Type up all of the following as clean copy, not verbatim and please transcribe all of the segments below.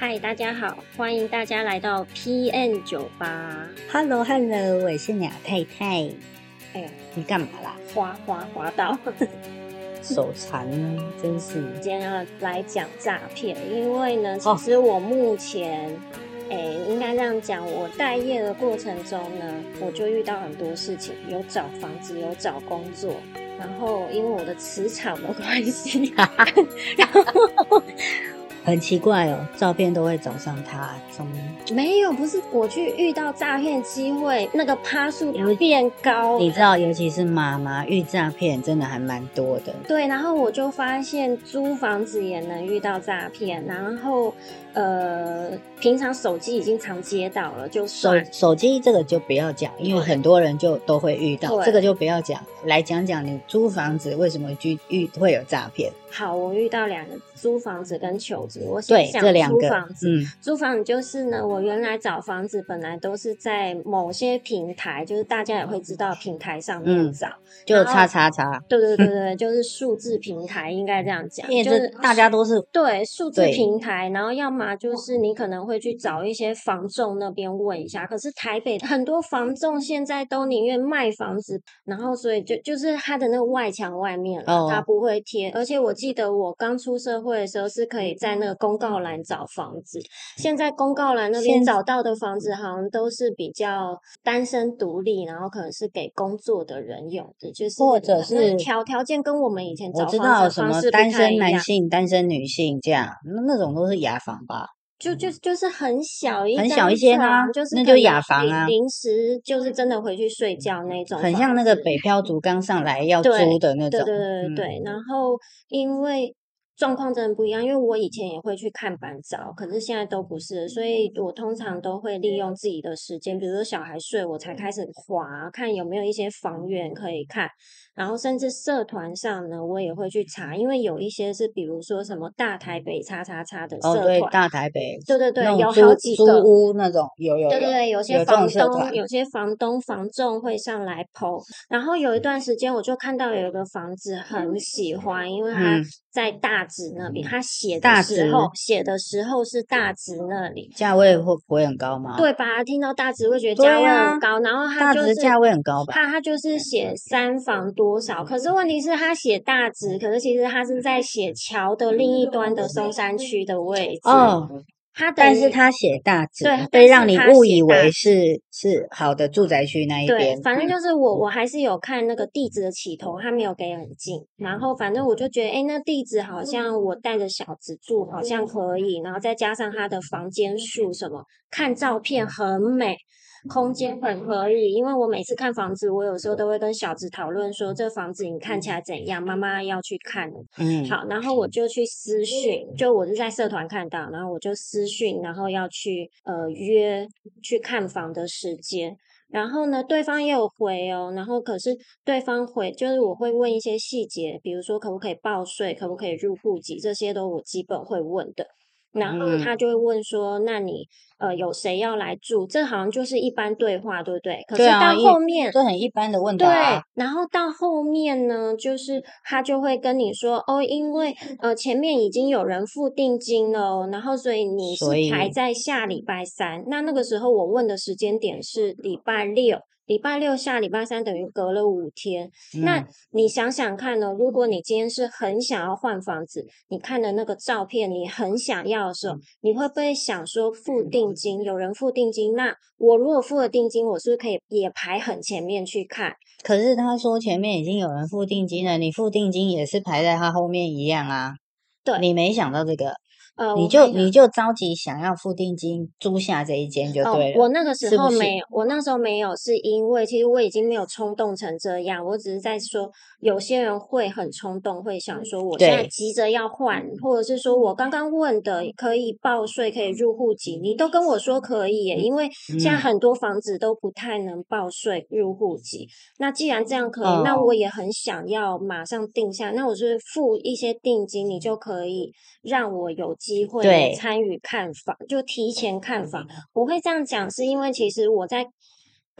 嗨，大家好，欢迎大家来到 PM98。 Hello， 我是鸟太太。 哎呀， 你干嘛啦？ 滑到手残呢，真是。 今天要来讲诈骗，因为呢，其实我目前，应该这样讲，我待业的过程中呢，我就遇到很多事情，有找房子，有找工作，然后因为我的磁场的关系，然后。 很奇怪哦，照片都会找上他， 没有，不是我去遇到诈骗机会，那个趴数变高。 你知道，尤其是妈妈遇诈骗，真的还蛮多的。 对，然后我就发现租房子也能遇到诈骗，然后平常手机已经常接到了，就算手机这个就不要讲，因为很多人就都会遇到，这个就不要讲。来讲讲你租房子为什么会有诈骗？ 好，我遇到两个，租房子跟求职。我对想这两个租房子，租房子就是呢，我原来找房子本来都是在某些平台，就是大家也会知道平台上面找， 就叉叉叉。 对，就是数字平台，应该这样讲，就是大家都是对数字平台，然后要么就是你可能会去找一些房仲那边问一下，可是台北很多房仲现在都宁愿卖房子，然后所以就是他的那个外墙外面他不会贴，而且我记得我刚出社会的时候是可以在那个公告栏找房子，现在公告栏那边找到的房子好像都是比较单身独立，然后可能是给工作的人用的，就是或者是条件跟我们以前找房子的方式不太一样。我知道什么单身男性、单身女性这样，那种都是雅房吧？ 就是很小很小一些呢， 就是那就雅房啊， 临时就是真的回去睡觉那种， 很像那个北漂族刚上来要租的那种。 对，然后因为状况真的不一样，因为我以前也会去看板找，可是现在都不是，所以我通常都会利用自己的时间，比如说小孩睡，我才开始滑，看有没有一些房源可以看，然后甚至社团上呢，我也会去查，因为有一些是比如说什么大台北叉叉叉的社团， 对，大台北， 对，有好几个租屋那种，有， 对，有些房东房仲会上来 po， 然后有一段时间我就看到有一个房子很喜欢，因为他在大直那边，他写的时候是大直那里， 价位会不会很高吗？ 对吧？听到大直会觉得价位很高，然后他就是大直价位很高吧？ 他就是写3房多少，可是问题是他写大直，可是其实他是在写桥的另一端的松山区的位置但是他写大直， 对， 会让你误以为是好的住宅区那一边。 对，反正就是我还是有看那个地址的起头，他没有给很近。然后反正我就觉得，那地址好像我带着小子住好像可以，然后再加上他的房间数什么，看照片很美。空间很可以，因为我每次看房子，我有时候都会跟小子讨论说，这房子你看起来怎样？妈妈要去看。好，然后我就去私讯，就我是在社团看到，然后我就私讯，然后要去约去看房的时间。然后呢，对方也有回哦，然后可是对方回就是我会问一些细节，比如说可不可以报税，可不可以入户籍，这些都我基本会问的。然后他就会问说，那你有谁要来住？这好像就是一般对话，对不对？可是到后面这很一般的问答对，然后到后面呢，就是他就会跟你说因为前面已经有人付定金了然后所以你是排在下礼拜3。那个时候我问的时间点是礼拜6下礼拜3等于隔了5天。那你想想看呢，如果你今天是很想要换房子，你看的那个照片你很想要的时候，你会不会想说付定金？有人付定金，那我如果付了定金，我是不是可以也排很前面去看？ 可是他说前面已经有人付定金了，你付定金也是排在他后面一样啊。 对， 你没想到这个。你就着急想要付定金租下这一间就对了。 我那个时候没有，我那时候没有，是因为其实我已经没有冲动成这样，我只是在说有些人会很冲动，会想说我现在急着要换，或者是说我刚刚问的可以报税可以入户籍，你都跟我说可以耶，因为现在很多房子都不太能报税入户籍。那既然这样可以，那我也很想要马上定下，那我是付一些定金，你就可以让我有机会参与看房，就提前看房。我会这样讲是因为其实我在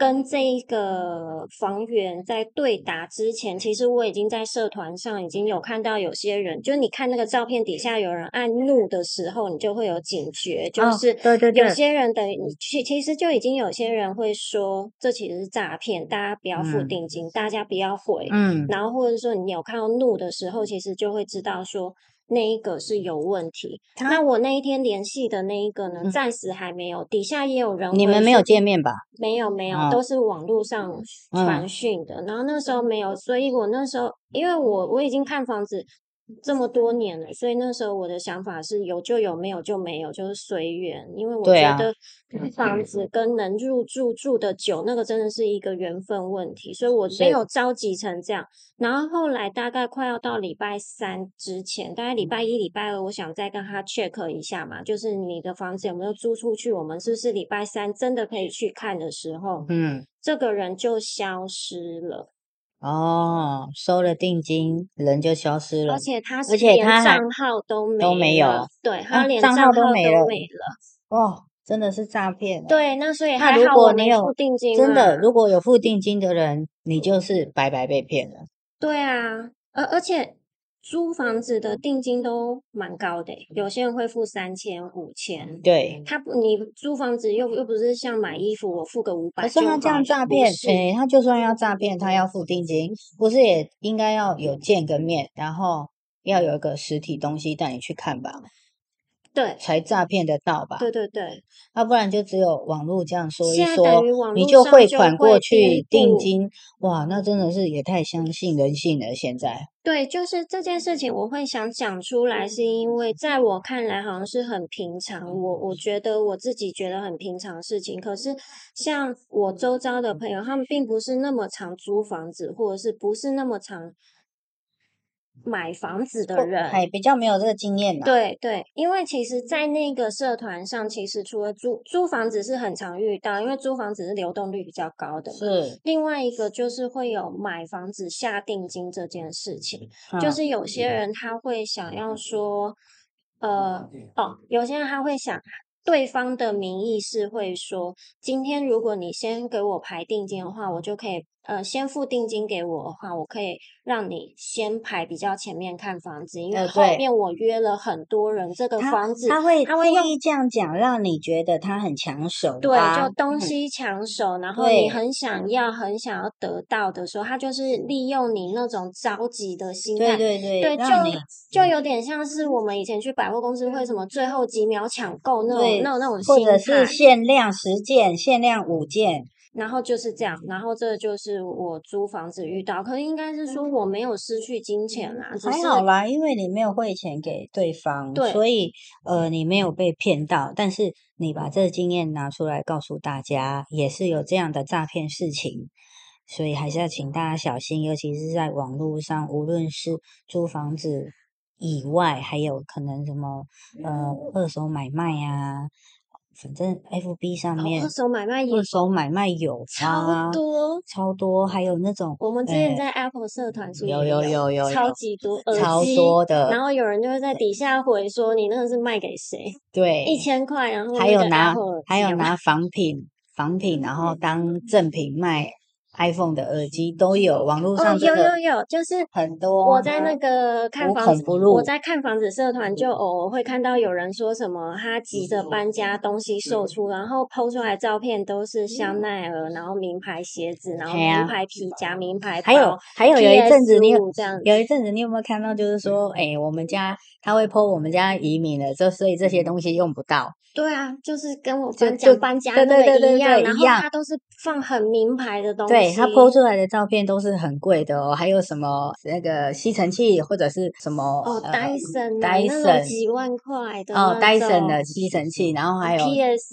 跟这一个房源在对打之前，其实我已经在社团上已经有看到有些人，就你看那个照片底下有人按怒的时候，你就会有警觉，就是对对对有些人的其实就已经有些人会说这其实是诈骗，大家不要付定金，大家不要回，然后或者说你有看到怒的时候，其实就会知道说那一个是有问题。那我那一天联系的那一个呢，暂时还没有，底下也有人你们没有见面吧？ 没有，都是网络上传讯的。然后那时候没有，所以我那时候因为我已经看房子这么多年了，所以那时候我的想法是有就有，没有就没有，就是随缘。因为我觉得房子跟能入住住的久，那个真的是一个缘分问题，所以我没有着急成这样。然后后来大概快要到礼拜3之前，大概礼拜1、礼拜2，我想再跟他 check 一下嘛，就是你的房子有没有租出去，我们是不是礼拜3真的可以去看的时候，这个人就消失了。 收了定金，人就消失了， 而且他连账号都没有，对，他连账号都没了。 真的是诈骗。 对，那所以还好我没付定金真的，如果有付定金的人，你就是白白被骗了。 对啊，而且租房子的定金都蛮高的，有些人会付3000、5000。 对， 你租房子又不是像买衣服，我付个500就好。 可是他这样诈骗，他就算要诈骗，他要付定金，不是也应该要有见个面，然后要有一个实体东西带你去看吧？ 对， 才诈骗得到吧？ 对对对， 要不然就只有网络这样说一说，你就汇款过去定金，哇，那真的是也太相信人性了。现在对，就是这件事情，我会想讲出来，是因为在我看来好像是很平常，我觉得我自己觉得很平常的事情，可是像我周遭的朋友，他们并不是那么常租房子，或者是不是那么常买房子的人， 比较没有这个经验啦。 对对，因为其实，在那个社团上，其实除了租房子是很常遇到，因为租房子是流动率比较高的嘛。 是。 另外一个就是会有买房子下定金这件事情，就是有些人他会想要说，有些人他会想。对方的名义是会说，今天如果你先给我排定金的话，我就可以先付定金给我的话，我可以让你先排比较前面看房子，因为后面我约了很多人，这个房子他会故意这样讲，让你觉得他很抢手， 对，就东西抢手，然后你很想要得到的时候，他就是利用你那种着急的心态，对，就有点像是我们以前去百货公司会什么最后几秒抢购那种心态， 或者是限量10件、限量5件。 然后就是这样，然后这就是我租房子遇到，可是应该是说我没有失去金钱啦， 还好啦，因为你没有汇钱给对方，所以你没有被骗到，但是你把这个经验拿出来告诉大家，也是有这样的诈骗事情，所以还是要请大家小心，尤其是在网络上，无论是租房子以外，还有可能什么二手买卖啊。反正 FB 上面二手买卖有超多，还有那种我们之前在 Apple 社团是有超级多超多的， 然后有人就会在底下回说你那个是卖给谁？ 对 ，1000块，然后还有拿仿品，然后当正品卖。iPhone 的耳机都有，网络上有，就是很多。 我在那个看房子，我在看房子社团就偶尔会看到有人说什么，他急着搬家，东西售出，然后 po 出来照片都是香奈儿，然后名牌鞋子，然后名牌皮夹、名牌包， 还有一阵子有一阵子你有没有看到，就是说，我们家他会 po 我们家移民了，所以这些东西用不到。 对啊，就是跟我讲搬家那个一样，然后他都是放很名牌的东西。 对，他 po 出来的照片都是很贵的哦，还有什么那个吸尘器或者是什么 Dyson 那种几万块的 Dyson 的吸尘器，然后还有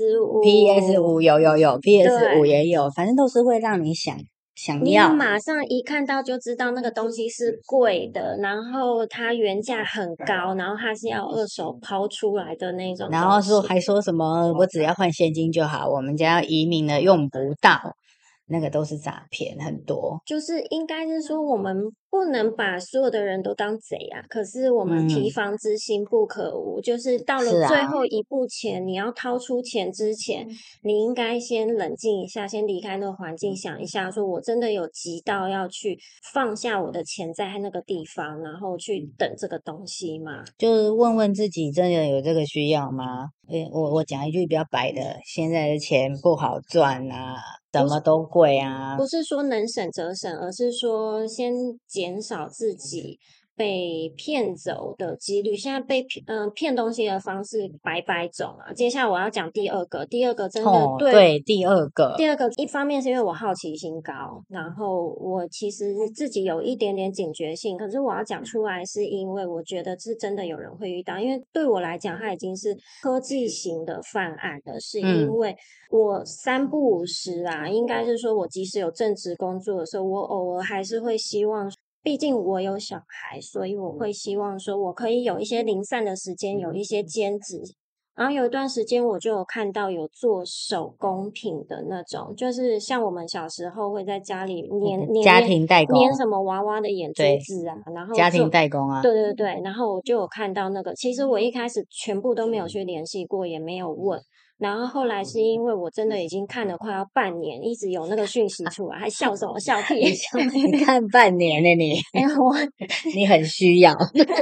PS5 有 PS5 也有，反正都是会让你想要， 你马上一看到就知道那个东西是贵的，然后它原价很高，然后它是要二手抛出来的那种， 然后还说什么我只要换现金就好，我们家移民了用不到。 那个都是诈骗，很多。 就是应该是说，我们不能把所有的人都当贼啊，可是我们提防之心不可无。就是到了最后一步前，你要掏出钱之前，你应该先冷静一下，先离开那个环境，想一下，说我真的有急到要去放下我的钱在那个地方，然后去等这个东西吗？ 就是问问自己，真的有这个需要吗？我讲一句比较白的，现在的钱不好赚啊，什么都贵啊。 不是说能省则省，而是说先减少自己被骗走的几率。现在被骗东西的方式百百种啊。接下来我要讲第二个真的对，第二个一方面是因为我好奇心高，然后我其实自己有一点点警觉性，可是我要讲出来是因为我觉得是真的有人会遇到，因为对我来讲它已经是科技型的犯案了，是因为我三不五时啊，应该是说我即使有正职工作的时候，我偶尔还是会希望，毕竟我有小孩，所以我会希望说我可以有一些零散的时间，有一些兼职。然后有一段时间我就有看到有做手工品的那种，就是像我们小时候会在家里家庭代工粘什么娃娃的眼珠子啊，然后家庭代工啊， 对，然后我就有看到那个，其实我一开始全部都没有去联系过，也没有问。然后后来是因为我真的已经看了快要半年，一直有那个讯息出来，还笑什么笑屁？ 你看半年了你，你很需要。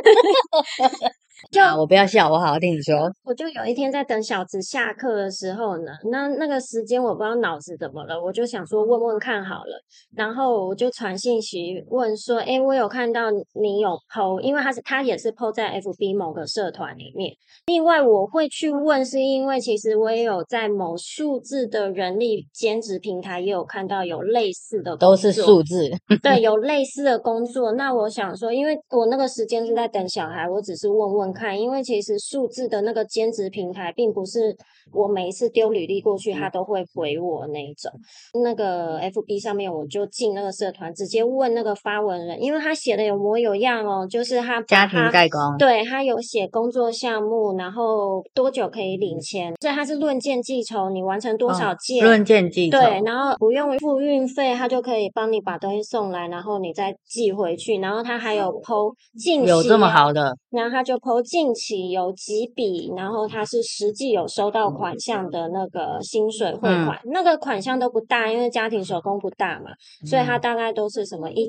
我不要笑，我好好听你说。 我就有一天在等小子下课的时候呢，那个时间我不知道脑子怎么了，我就想说问问看好了，然后我就传信息问说，我有看到你有 po， 因为他也是 po 在 FB 某个社团里面。另外我会去问，是因为其实我也有在某数字的人力兼职平台也有看到有类似的工作， 都是数字， 对，有类似的工作。那我想说，因为我那个时间是在等小孩，我只是问问看，因为其实数字的那个兼职平台，并不是我每一次丢履历过去，他都会回我那一种。那个 FB 上面，我就进那个社团，直接问那个发文人，因为他写的有模有样哦，就是他家庭代工， 对，他有写工作项目，然后多久可以领钱，所以他是论件计酬，你完成多少件， 论件计酬， 对，然后不用付运费，他就可以帮你把东西送来，然后你再寄回去。然后他还有 po 近期有这么好的， 然后他就 po 近期有几笔，然后他是实际有收到款项的那个薪水汇款，那个款项都不大，因为家庭手工不大嘛，所以他大概都是什么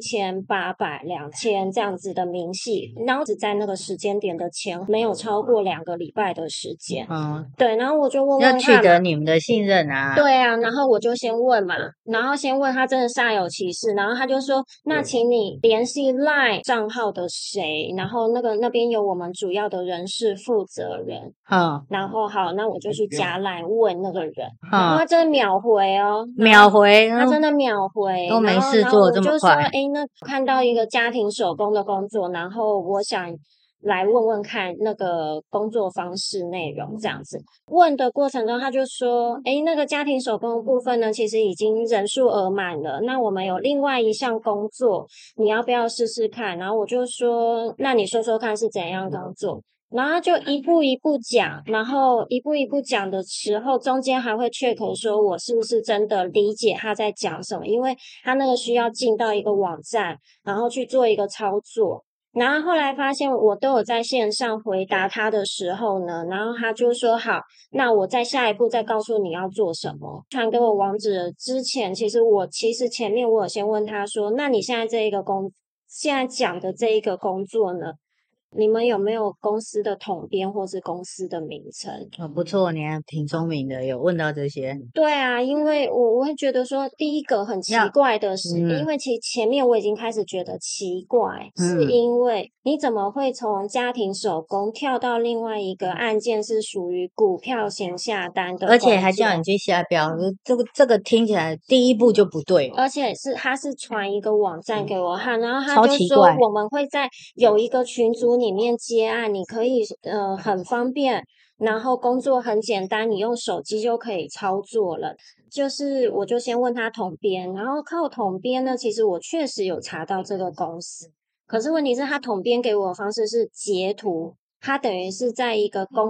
1800、2000这样子的明细，然后只在那个时间点的钱没有超过2个礼拜的时间。对，然后我就问问要取得你们的信任啊。 对啊，然后我就先问嘛，然后先问他真的煞有其事，然后他就说，那请你联系 LINE 账号的谁，然后那边有我们主要的人事负责人，然后好，那我就去加 LINE 问那个人，然后他真的秒回哦， 秒回， 他真的秒回， 都没事做这么快。 然后我就说，那看到一个家庭手工的工作，然后我想来问问看那个工作方式内容这样子。问的过程中，他就说，那个家庭手工的部分呢，其实已经人数额满了。那我们有另外一项工作，你要不要试试看？然后我就说，那你说说看是怎样工作？然后就一步一步讲，然后一步一步讲的时候，中间还会 check 说我是不是真的理解他在讲什么，因为他那个需要进到一个网站，然后去做一个操作。然后后来发现我都有在线上回答他的时候呢，然后他就说好，那我在下一步再告诉你要做什么。传给我网址之前，其实前面我有先问他说，那你现在现在讲的这一个工作呢？你们有没有公司的统编或是公司的名称？ 不错，你还挺聪明的，有问到这些。 对啊，因为我会觉得说，第一个很奇怪的是，因为其实前面我已经开始觉得奇怪，是因为你怎么会从家庭手工跳到另外一个案件是属于股票型下单的， 而且还叫你去下标，这个听起来第一步就不对， 而且他是传一个网站给我看，然后他就说我们会在有一个群组里面接案，你可以很方便。然后工作很简单，你用手机就可以操作了。就是我就先问他统编，然后靠统编呢，其实我确实有查到这个公司，可是问题是他统编给我的方式是截图，他等于是在一个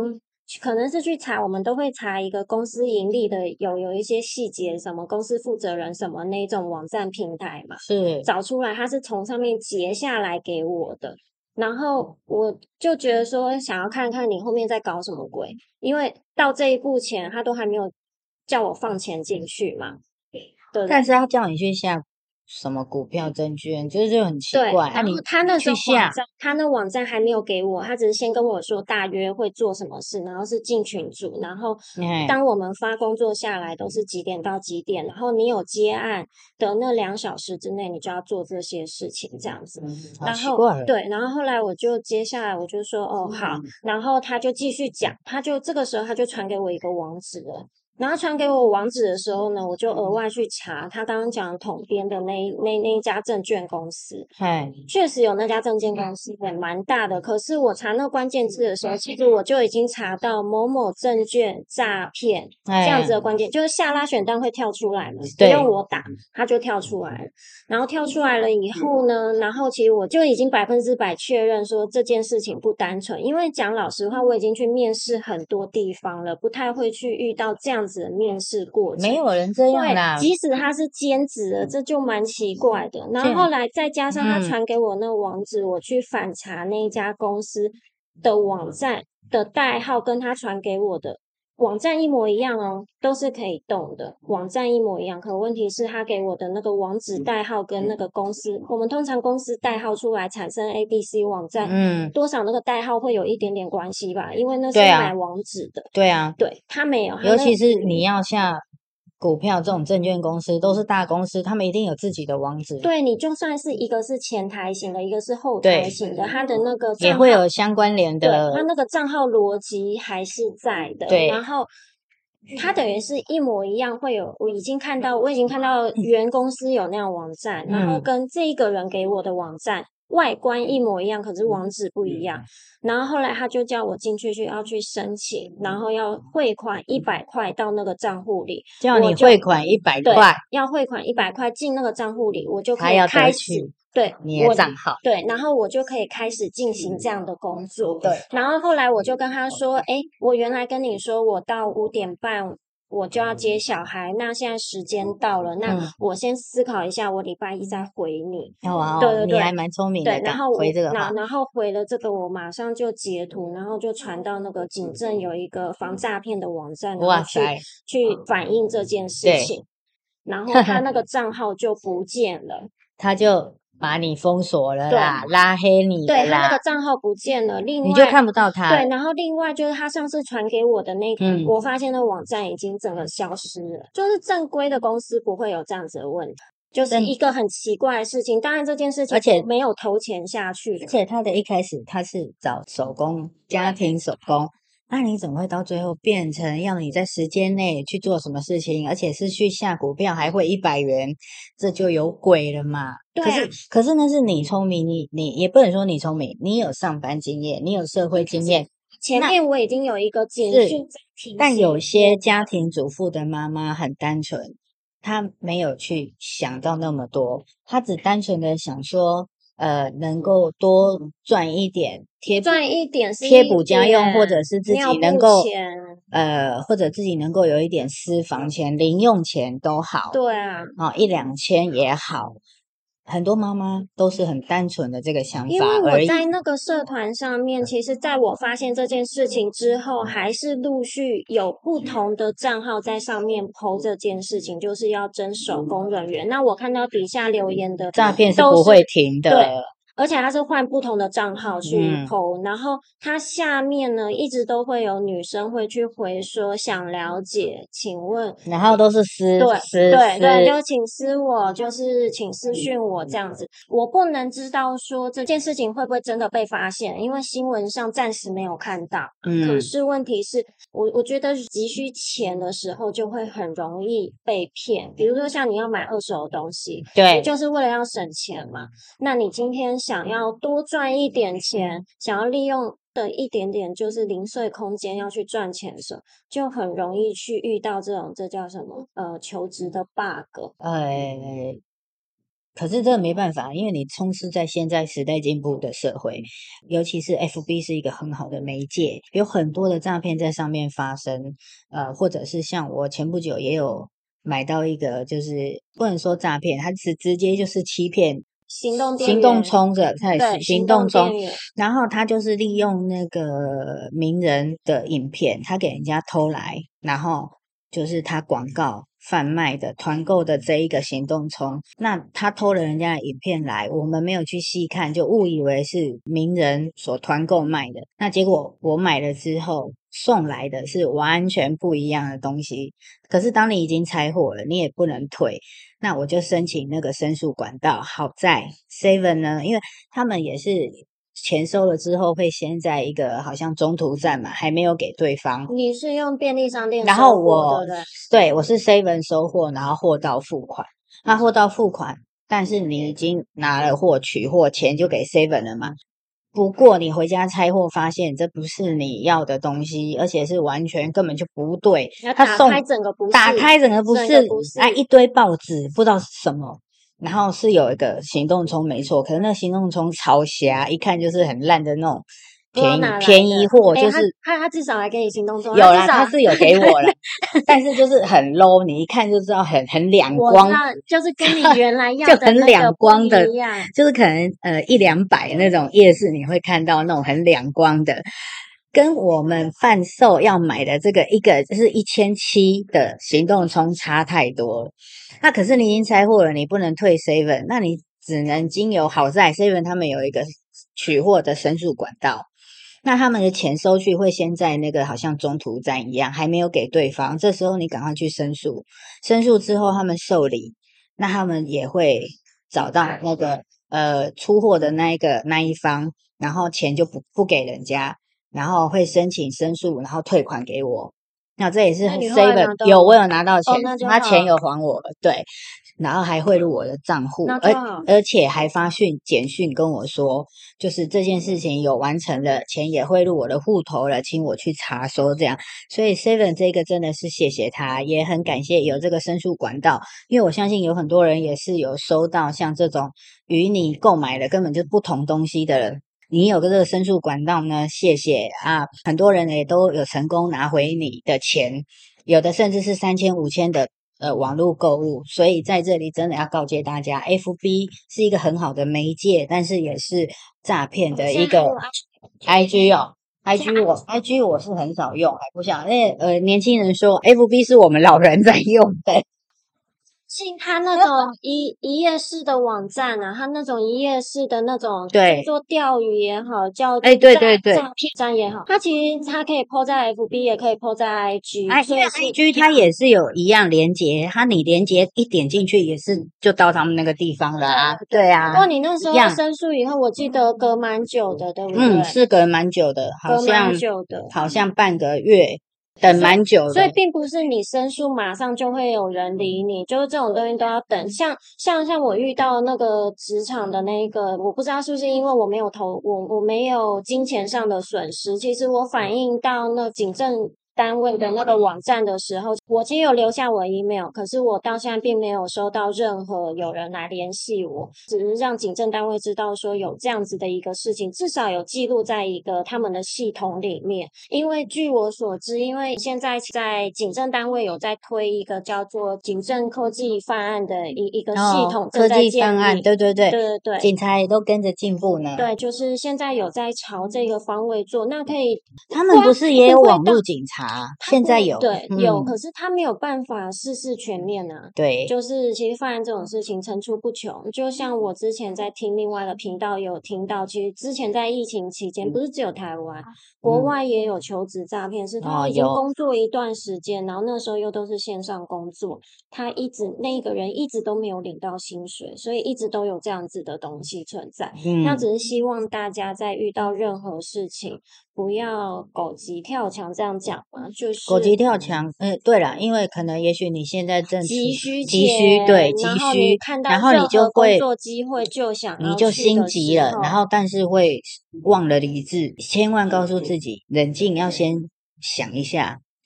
可能是去查，我们都会查一个公司盈利的有一些细节，什么公司负责人什么那种网站平台嘛， 是找出来，他是从上面截下来给我的。然后我就觉得说，想要看看你后面在搞什么鬼，因为到这一步前，他都还没有叫我放钱进去嘛。对， 但是他叫你去下什么股票证券，就很奇对， 怪。 然后你他那时候去下， 他那网站还没有给我，他只是先跟我说大约会做什么事，然后是进群组，然后当我们发工作下来都是几点到几点，然后你有接案的那2小时之内，你就要做这些事情，这样子。 好然后奇怪。 对，然后后来接下来我就说哦好，然后他就继续讲，这个时候他就传给我一个网址了。然后传给我网址的时候呢，我就额外去查他刚刚讲统编的那一家证券公司，确实有那家证券公司也蛮大的。可是我查那关键字的时候，其实我就已经查到某某证券诈骗这样子的关键，就是下拉选单会跳出来嘛，不用我打，它就跳出来了。然后跳出来了以后呢，然后其实我就已经100%确认说这件事情不单纯，因为讲老实话，我已经去面试很多地方了，不太会去遇到这样子的面试过程。 没有人这样啦， 即使他是兼职的，这就蛮奇怪的。然后后来再加上他传给我那个网址，我去反查那一家公司的网站的代号，跟他传给我的网站一模一样哦，都是可以动的，网站一模一样。可问题是，他给我的那个网址代号跟那个公司，我们通常公司代号出来产生 ABC 网站，多少那个代号会有一点点关系吧，因为那是买网址的。 对啊， 对，他没有， 尤其是你要下股票这种证券公司，都是大公司，他们一定有自己的网址。 对，你就算是一个是前台型的，一个是后台型的，它的那个也会有相关联的。 对，它那个账号逻辑还是在的。 对， 然后它等于是一模一样，我已经看到原公司有那样网站，然后跟这一个人给我的网站外观一模一样，可是网址不一样。然后后来他就叫我进去要去申请，然后要汇款100块到那个账户里， 叫你汇款100块， 要汇款100块进那个账户里，我就可以开始对你的账号， 对，然后我就可以开始进行这样的工作。 对， 然后后来我就跟他说，我原来跟你说我到5点半我就要接小孩，那现在时间到了，那我先思考一下，我礼拜一再回你。对， 你还蛮聪明的， 对，然后回这个话， 然后回了这个，我马上就截图，然后就传到那个警政有一个防诈骗的网站，然后去反映这件事情。然后他那个账号就不见了， 他就把你封锁了啦，拉黑你了啦。 对，他那个账号不见了，另外你就看不到他。 对，然后另外就是他上次传给我的那个，我发现那网站已经整个消失了。就是正规的公司不会有这样子的问题，就是一个很奇怪的事情。当然这件事情而且没有投钱下去， 而且他的一开始他是找手工家庭手工。那你怎么会到最后变成要你在时间内去做什么事情，而且是去下股票还会100元，这就有鬼了嘛？ 对可是那是你聪明，你也不能说你聪明，你有上班经验，你有社会经验， 前面我已经有一个简讯在提醒。 但有些家庭主妇的妈妈很单纯，她没有去想到那么多，她只单纯的想说能够多赚一点，贴补家用，或者是自己能够或者自己能够有一点私房钱、零用钱都好。 对啊 ，1-2千也好。很多妈妈都是很单纯的这个想法而已。 因为我在那个社团上面，其实在我发现这件事情之后，还是陆续有不同的账号在上面 po 这件事情，就是要征手工人员。那我看到底下留言的诈骗是不会停的。 对，而且他是换不同的账号去 po，然后他下面呢一直都会有女生会去回说想了解，请问， 然后都是对， 就请私我，就是请私讯我这样子。我不能知道说这件事情会不会真的被发现，因为新闻上暂时没有看到。可是问题是我觉得急需钱的时候就会很容易被骗，比如说像你要买二手的东西， 对， 就是为了要省钱嘛。那你今天想要多赚一点钱，想要利用的一点点就是零碎空间要去赚钱的时候，就很容易去遇到这叫什么求职的 bug。 可是这没办法，因为你充斥在现在时代进步的社会，尤其是 FB 是一个很好的媒介，有很多的诈骗在上面发生，或者是像我前不久也有买到一个，就是不能说诈骗，它是直接就是欺骗。 行动充着， 对， 行动充， 电源， 然后他就是利用那个名人的影片，他给人家偷来，然后就是他广告贩卖的团购的这一个行动充，那他偷了人家的影片来，我们没有去细看，就误以为是名人所团购卖的，那结果我买了之后送来的是完全不一样的东西，可是当你已经拆货了，你也不能退，那我就申请那个申诉管道。好在 Seven 呢，因为他们也是钱收了之后会先在一个好像中途站嘛，还没有给对方。 你是用便利商店然后收货，对不对？ 对，我是 Seven 收货，然后货到付款。那货到付款，但是你已经拿了货取货，钱就给 Seven 了嘛。不过你回家拆货发现这不是你要的东西，而且是完全根本就不对。 他打开整个不是， 打开整个不是，一堆报纸不知道是什么，然后是有一个行动充没错，可是那行动充超瞎，一看就是很烂的那种便宜货，就是他至少还给你行动充， 有啦，他是有给我了，但是就是很 low， 你一看就知道很两光， 就是跟你原来要的就很两光的一样， 就是可能100-200那种夜市你会看到那种很两光的，跟我们贩售要买的这个一个就是1700的行动充差太多了。那可是你已经拆货了，你不能退 Seven， 那你只能经由好在 Seven 他们有一个取货的申诉管道。那他们的钱收据会先在那个好像中途站一样，还没有给对方，这时候你赶快去申诉，申诉之后他们受理，那他们也会找到那个出货的那一方，然后钱就不给人家，然后会申请申诉，然后退款给我。那这也是 Seven 我有拿到钱，他钱有还我了，对，然后还汇入我的账户，而且还发简讯跟我说，就是这件事情有完成了，钱也汇入我的户头了，请我去查收这样。所以 Seven 这个真的是谢谢他，也很感谢有这个申诉管道，因为我相信有很多人也是有收到像这种与你购买的根本就不同东西的人。你有个这个申诉管道呢，谢谢啊！很多人也都有成功拿回你的钱，有的甚至是3000、5000的网络购物。所以在这里真的要告诫大家 ，FB 是一个很好的媒介，但是也是诈骗的一个 IG 哦。IG 我是很少用，还不像因为年轻人说 FB 是我们老人在用的。 他那种一页式的网站啊，他那种一页式的那种， 对， 做钓鱼也好，叫对， 诈骗站也好，它其实它可以 po 在 FB， 也可以 po 在 IG， 因为 IG 它也是有一样连结，你连结一点进去也是就到他们那个地方了啊，对啊。 不过你那时候申诉以后，我记得隔蛮久的，对不对？ 是隔蛮久的，好像半个月。等蛮久的， 所以并不是你申诉马上就会有人理你，就是这种东西都要等。像我遇到那个职场的那个，我不知道是不是因为我没有我没有金钱上的损失，其实我反映到那警政单位的那个网站的时候，我其实有留下我的 email， 可是我到现在并没有收到任何有人来联系我，只是让警政单位知道说有这样子的一个事情，至少有记录在一个他们的系统里面。因为据我所知，因为现在在警政单位有在推一个叫做警政科技犯案的一个系统， 科技犯案，对，警察也都跟着进步呢。 对，就是现在有在朝这个方位做，那可以， 他们不是也有网络警察？现在有， 对，有，可是他没有办法事事全面啊。 对， 就是其实犯案这种事情层出不穷。就像我之前在听另外的频道有听到，其实之前在疫情期间，不是只有台湾，国外也有求职诈骗，是他已经工作一段时间，然后那时候又都是线上工作，那个人一直都没有领到薪水，所以一直都有这样子的东西存在。那只是希望大家在遇到任何事情，不要狗急跳墙，这样讲嘛，就是狗急跳墙。对啦，因为可能也许你现在正急需， 对，急需，然后你就会工作机会就想要你就心急了，然后但是会忘了理智，千万告诉自己冷静，要先想一下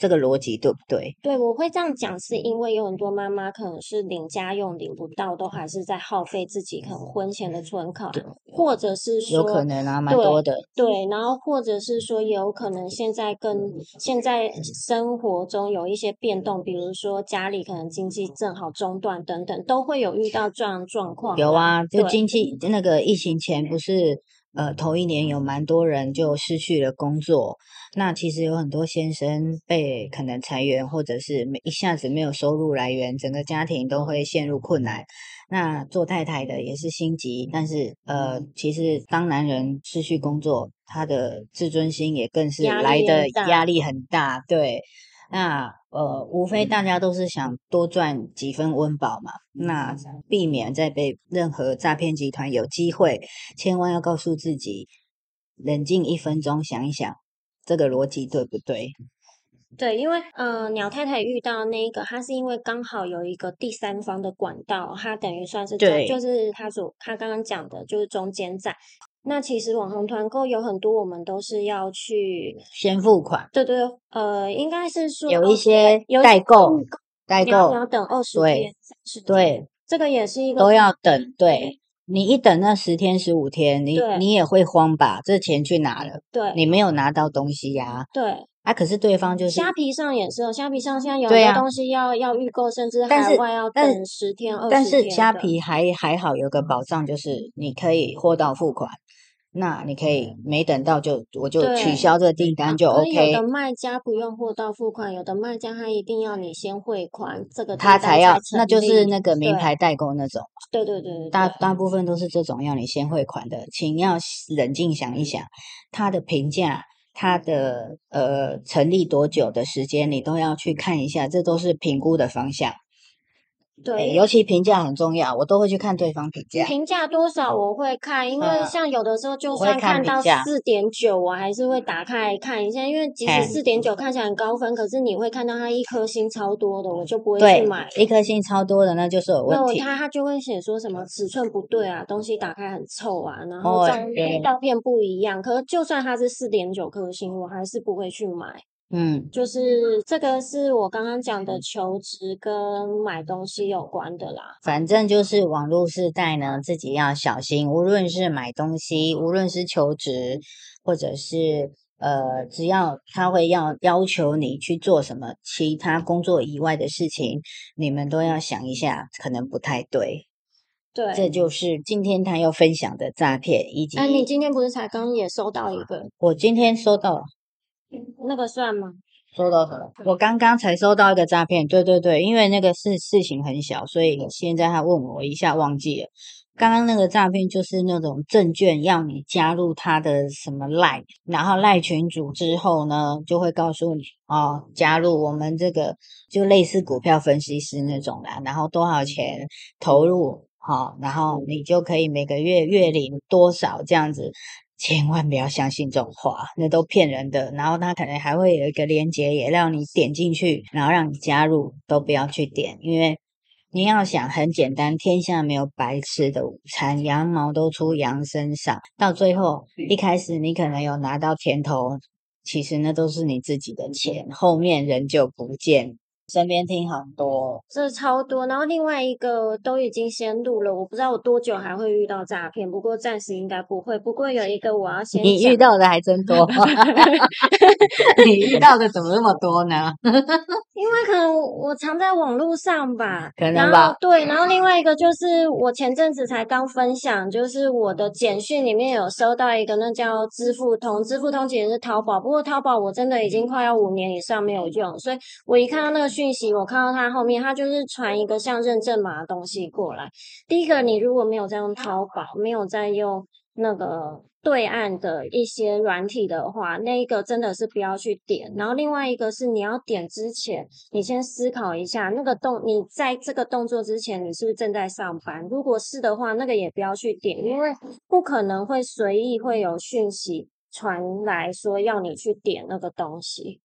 这个逻辑对不对？ 对，我会这样讲，是因为有很多妈妈可能是领家用领不到，都还是在耗费自己可能婚前的存款，或者是说有可能啊，蛮多的。 对，然后或者是说也有可能现在生活中有一些变动，比如说家里可能经济正好中断等等，都会有遇到这样的状况。 有啊，就经济那个疫情前不是头一年有蛮多人就失去了工作，那其实有很多先生被可能裁员，或者是一下子没有收入来源，整个家庭都会陷入困难。那做太太的也是心急，但是其实当男人失去工作，他的自尊心也更是来的压力很大，对。那无非大家都是想多赚几分温饱嘛，那避免再被任何诈骗集团有机会，千万要告诉自己，冷静1分钟想一想，这个逻辑对不对？ 对，因为鸟太太遇到那个，他是因为刚好有一个第三方的管道，他等于算是就是他刚刚讲的，就是中间站。那其实网红团购有很多，我们都是要去先付款。 对，应该是说有一些代购， 你要等20天、30天， 对， 这个也是一个都要等。对，你一等那10天、15天，你也会慌吧？这钱去哪了？ 对， 你没有拿到东西呀。 对。 可是对方就是虾皮上也是，虾皮上现在有很多东西要预购，甚至海外要等10天、20天。 但是虾皮还好，有个保障，就是你可以货到付款。那你可以没等到我就取消这个订单就 OK。 有的卖家不用货到付款，有的卖家他一定要你先汇款，这个他才要，那就是那个名牌代购那种。 对， 大部分都是这种要你先汇款的，请要冷静想一想，他的评价。它的成立多久的时间，你都要去看一下，这都是评估的方向。 对， 尤其评价很重要，我都会去看对方评价。 评价多少我会看，因为像有的时候就算看到4.9，我还是会打开看一下，因为即使4.9看起来很高分，可是你会看到它1颗星超多的，我就不会去买。 1颗星超多的那就是有问题。 他就会写说什么尺寸不对啊，东西打开很臭啊，然后照片不一样。可是就算它是4.9颗星，我还是不会去买。就是这个是我刚刚讲的求职跟买东西有关的啦。 反正就是网络时代呢，自己要小心，无论是买东西，无论是求职，或者是只要他会要求你去做什么其他工作以外的事情，你们都要想一下，可能不太对。 对， 这就是今天他要分享的诈骗，以及你今天不是才刚也收到一个？ 我今天收到了。 那个算吗？ 收到什么？我刚刚才收到一个诈骗，对，因为那个事情很小，所以现在他问我一下忘记了。刚刚那个诈骗就是那种证券要你加入他的什么赖，然后赖群组之后呢，就会告诉你加入我们这个就类似股票分析师那种啦，然后多少钱投入然后你就可以每个月月领多少这样子。千万不要相信这种话，那都骗人的。然后他可能还会有一个链接，也让你点进去，然后让你加入，都不要去点，因为你要想很简单，天下没有白吃的午餐，羊毛都出羊身上。到最后，一开始你可能有拿到甜头，其实那都是你自己的钱，后面人就不见。身边听很多， 这超多。然后另外一个都已经先录了，我不知道我多久还会遇到诈骗，不过暂时应该不会。不过有一个我要先讲， 你遇到的还真多，你遇到的怎么那么多呢？ 因为可能我常在网络上吧， 可能吧。 对，然后另外一个就是我前阵子才刚分享，就是我的简讯里面有收到一个，那叫支付通，支付通其实是淘宝，不过淘宝我真的已经快要5年以上没有用，所以我一看到那个讯息，我看到它后面，它就是传一个像认证码的东西过来。第一个，你如果没有在用淘宝，没有在用那个对岸的一些软体的话，那一个真的是不要去点。然后另外一个是你要点之前，你先思考一下，你在这个动作之前，你是不是正在上班？如果是的话，那个也不要去点，因为不可能会随意会有讯息传来说要你去点那个东西。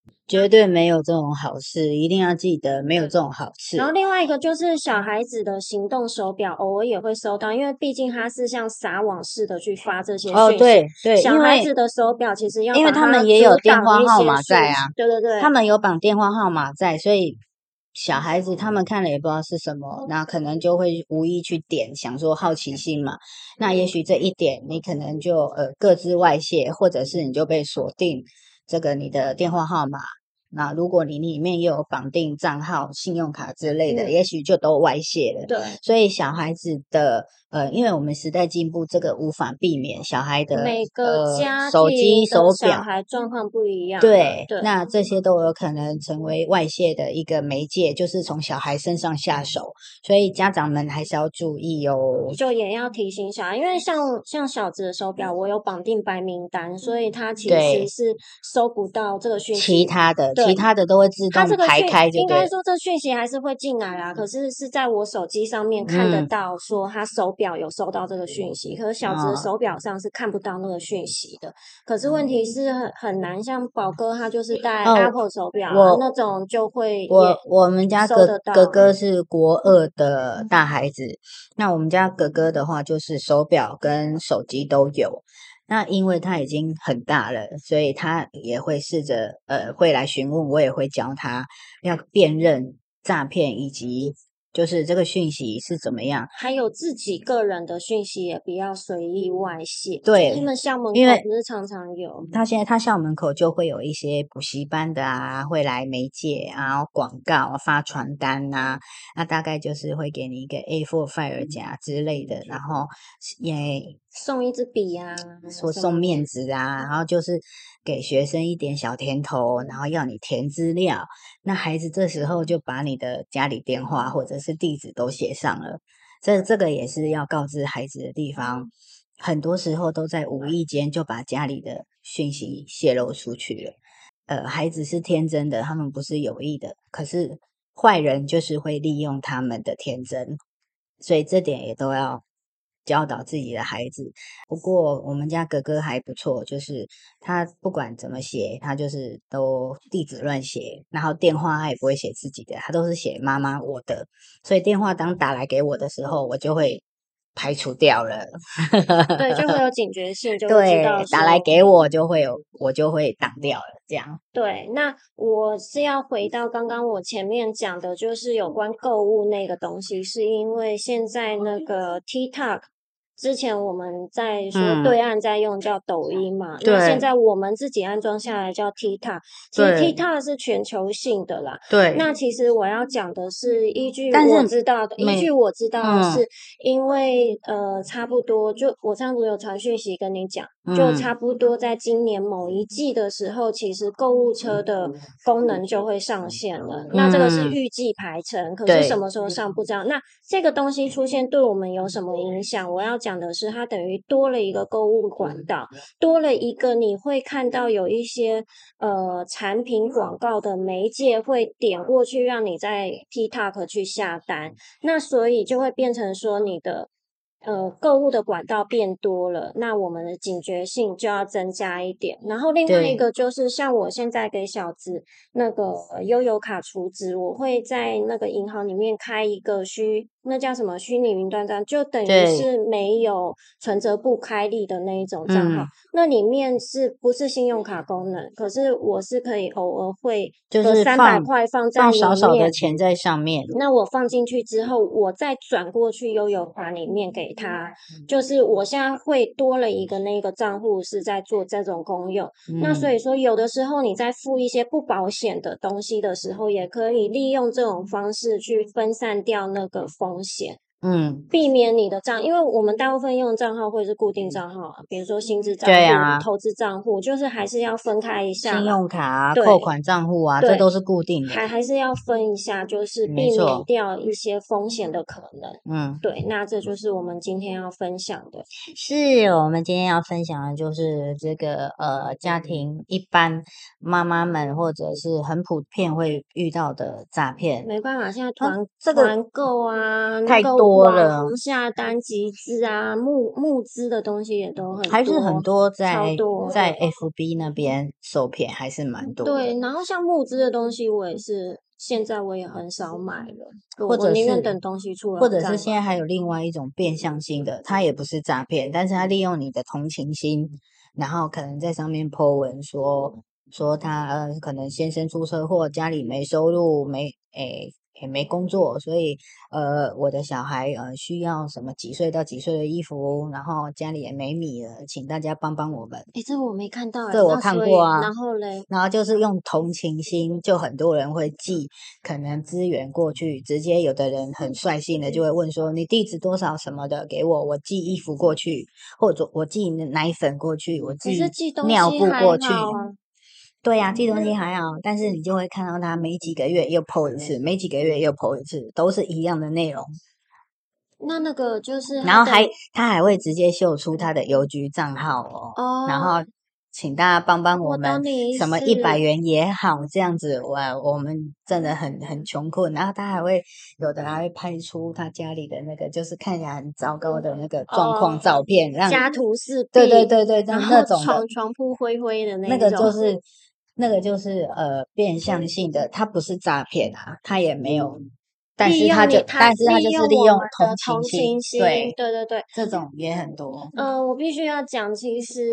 绝对没有这种好事，一定要记得没有这种好事。 然后另外一个就是小孩子的行动手表，偶尔也会收到，因为毕竟他是像撒网式的去发这些讯息。 对对， 小孩子的手表其实要因为他们也有电话号码在啊， 对对对， 他们有绑电话号码在，所以小孩子他们看了也不知道是什么，那可能就会无意去点，想说好奇心嘛。那也许这一点你可能就各自外泄，或者是你就被锁定这个你的电话号码。那如果你里面又有绑定账号、信用卡之类的，也许就都外泄了。 对， 所以小孩子的因为我们时代进步，这个无法避免。小孩的每个家手机、手表， 小孩状况不一样。 对，那这些都有可能成为外泄的一个媒介，就是从小孩身上下手。所以家长们还是要注意哦。 就也要提醒小孩，因为像小子的手表，我有绑定白名单，所以他其实是收不到这个讯息。 其他的都会自动排开， 应该说这讯息还是会进来啦，可是是在我手机上面看得到，说他手表有收到这个讯息，可是小子的手表上是看不到那个讯息的。可是问题是很难，像宝哥他就是戴 Apple 手表那种就会我们家哥哥是国2的大孩子，那我们家哥哥的话就是手表跟手机都有。那因为他已经很大了，所以他也会试着会来询问，我也会教他要辨认诈骗，以及就是这个讯息是怎么样， 还有自己个人的讯息也不要随意外泄。 对， 他们校门口不是常常有， 他校门口就会有一些补习班的啊，会来媒介啊，广告发传单啊，那大概就是会给你一个 A4 file 夹之类的，然后也送一支笔啊， 说送面子啊，然后就是给学生一点小甜头，然后要你填资料。那孩子这时候就把你的家里电话或者是地址都写上了，这个也是要告知孩子的地方。很多时候都在无意间就把家里的讯息泄露出去了。孩子是天真的，他们不是有意的，可是坏人就是会利用他们的天真，所以这点也都要教导自己的孩子。不过我们家哥哥还不错，就是他不管怎么写，他就是都地址乱写，然后电话他也不会写自己的，他都是写妈妈我的，所以电话当打来给我的时候，我就会排除掉了。 对，就会有警觉性，就会知道打来给我就会挡掉了，这样。 对，那我是要回到刚刚我前面讲的，就是有关购物那个东西，是因为现在那个 TikTok。之前我们在说对岸在用叫抖音嘛，那现在我们自己安装下来叫 TikTok， 其实 TikTok 是全球性的啦。 对， 那其实我要讲的是依据我知道的是因为差不多就我上次有传讯息跟你讲，就差不多在今年某一季的时候，其实购物车的功能就会上线了。那这个是预计排程，可是什么时候上不知道。那这个东西出现对我们有什么影响？我要讲的是，它等于多了一个购物管道，多了一个你会看到有一些产品广告的媒介会点过去，让你在 TikTok 去下单。那所以就会变成说你的购物的管道变多了，那我们的警觉性就要增加一点。然后另外一个就是像我现在给小子那个悠游卡储值，我会在那个银行里面开一个那叫什么虚拟云端账，就等于是没有存折不开立的那一种账号。那里面是不是信用卡功能？可是我是可以偶尔会就是 300块放在里面， 少少的钱在上面。 那我放进去之后，我再转过去悠游卡里面给他，就是我现在会多了一个那个账户是在做这种功用。那所以说，有的时候你在付一些不保险的东西的时候，也可以利用这种方式去分散掉那个风险。避免你的因为我们大部分用的账号会是固定账号比如说薪资账户、投资账户，就是还是要分开一下。 信用卡啊、扣款账户啊，这都是固定的。 还是要分一下，就是避免掉一些风险的可能。对，那这就是我们今天要分享的。 是我们今天要分享的就是这个家庭一般妈妈们或者是很普遍会遇到的诈骗。 没办法，现在团购啊， 太多多了， 网红下单集资啊，募资的东西也都很多， 还是很多超多在 FB 那边受骗还是蛮多的。 对，然后像募资的东西，我也是现在我也很少买了， 或者我宁愿是等东西出来或者再买。 是现在还有另外一种变相性的，它也不是诈骗，但是它利用你的同情心，然后可能在上面 po 文说他可能先生出车祸，家里没收入，也没工作，所以我的小孩需要什么几岁到几岁的衣服，然后家里也没米了，请大家帮帮我们。 这我没看到这我看过啊。 然后嘞， 然后就是用同情心，就很多人会寄可能资源过去，直接有的人很率性的就会问说你地址多少什么的给我寄衣服过去，或者我寄奶粉过去，我寄尿布过去。对呀，寄东西还好，但是你就会看到他没几个月又 po 一次，没几个月又 po 一次，都是一样的内容。 那个就是， 然后他还会直接秀出他的邮局账号哦，然后请大家帮帮我们，什么100元也好，这样子我们真的很穷困。然后他还会有的还会拍出他家里的那个就是看起来很糟糕的那个状况照片，让家徒四壁， 对，那种的床铺灰灰的那个就是变相性的，它不是诈骗啊，它也没有。但是他就是利用同情心，对，这种也很多。 我必须要讲，其实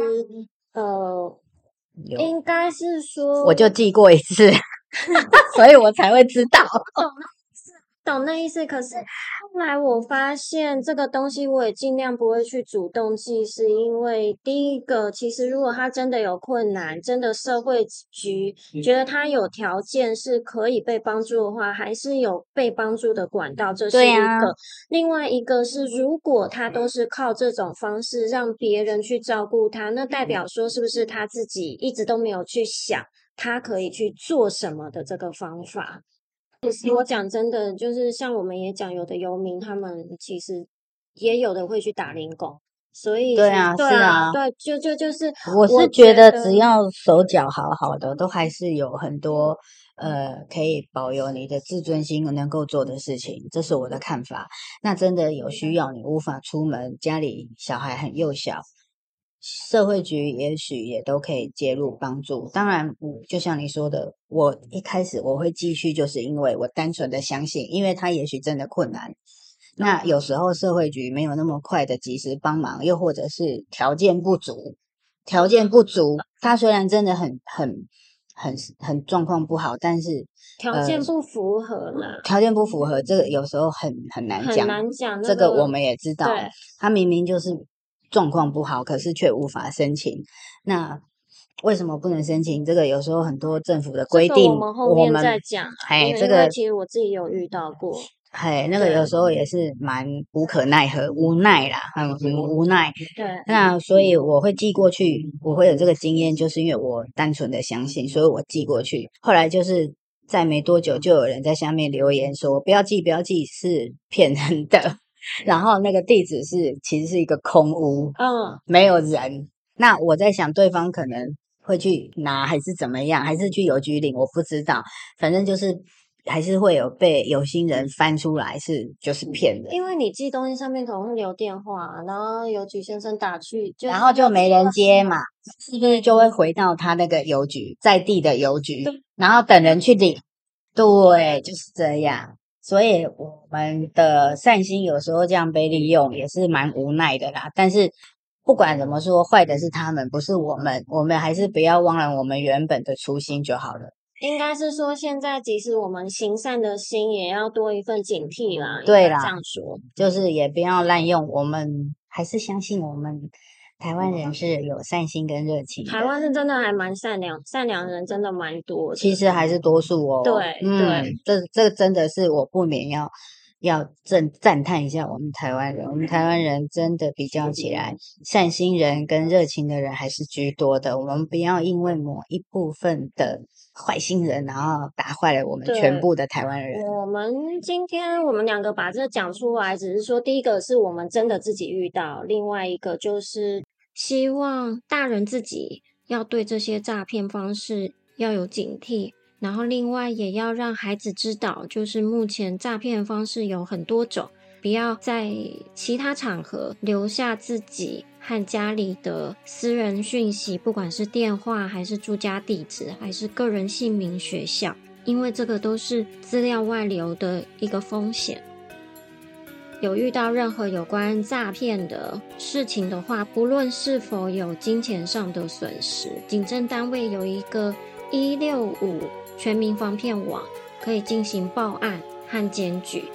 应该是说， 我就寄过一次，所以我才会知道。 懂那意思，可是后来我发现这个东西我也尽量不会去主动寄，是因为第一个，其实如果他真的有困难，真的社会局觉得他有条件是可以被帮助的话，还是有被帮助的管道，这是一个。另外一个是，如果他都是靠这种方式让别人去照顾他，那代表说是不是他自己一直都没有去想他可以去做什么的这个方法。我讲真的，就是像我们也讲，有的游民他们其实也有的会去打零工，所以对啊， 对，就是我是觉得只要手脚好好的，都还是有很多可以保有你的自尊心能够做的事情，这是我的看法。那真的有需要，你无法出门，家里小孩很幼小，社会局也许也都可以介入帮助。当然，就像你说的，我一开始我会继续，就是因为我单纯的相信，因为他也许真的困难。那有时候社会局没有那么快的及时帮忙，又或者是条件不足，他虽然真的很状况不好，但是条件不符合啦。 条件不符合，这个有时候很难讲。这个我们也知道，他明明就是状况不好，可是却无法申请。那为什么不能申请？这个有时候很多政府的规定， 我们后面再讲。 这个其实我自己有遇到过。 那个有时候也是蛮无可奈何、无奈啦，很无奈。 对， 那所以我会寄过去，我会有这个经验，就是因为我单纯的相信，所以我寄过去。后来就是在没多久，就有人在下面留言说：“不要寄，是骗人的。”然后那个地址其实是一个空屋，没有人。那我在想，对方可能会去拿，还是怎么样，还是去邮局领，我不知道。反正就是。还是会有被有心人翻出来就是骗人， 因为你寄东西上面可能会留电话，然后邮局先生打去， 然后就没人接嘛，是不是就会回到他那个邮局在地的邮局，然后等人去领？对，就是这样。所以我们的善心有时候这样被利用，也是蛮无奈的啦。但是不管怎么说，坏的是他们，不是我们。我们还是不要忘了我们原本的初心就好了。 应该是说，现在即使我们行善的心，也要多一份警惕啦。 对啦， 这样说， 就是也不要滥用。我们还是相信我们台湾人是有善心跟热情的。 台湾是真的还蛮善良人真的蛮多的。 其实还是多数哦。 对， 这真的是我不免要赞叹一下我们台湾人。我们台湾人真的比较起来，善心人跟热情的人还是居多的。我们不要因为某一部分的坏心人，然后打坏了我们全部的台湾人。 今天我们两个把这讲出来，只是说第一个是我们真的自己遇到，另外一个就是希望大人自己要对这些诈骗方式要有警惕，然后另外也要让孩子知道，就是目前诈骗方式有很多种， 不要在其他场合留下自己和家里的私人讯息，不管是电话还是住家地址还是个人姓名、学校，因为这个都是资料外流的一个风险。有遇到任何有关诈骗的事情的话，不论是否有金钱上的损失，警政单位有一个165全民防骗网，可以进行报案和检举。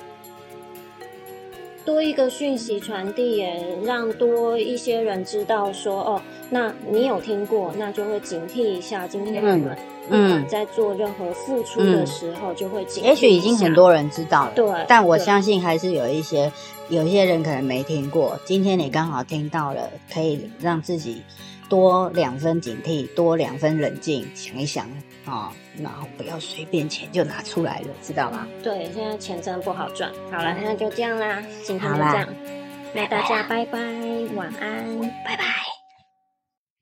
多一个讯息传递，也让多一些人知道说，哦，那你有听过，那就会警惕一下。今天我们在做任何付出的时候，就会警惕一下。 也许已经很多人知道了， 对， 但我相信还是有一些人可能没听过。今天你刚好听到了，可以让自己多2分警惕，多2分冷静，想一想啊，然后不要随便钱就拿出来了，知道吗？ 对，现在钱真的不好赚。好了，那就这样啦，今天就这样，那大家拜拜，晚安， 拜拜。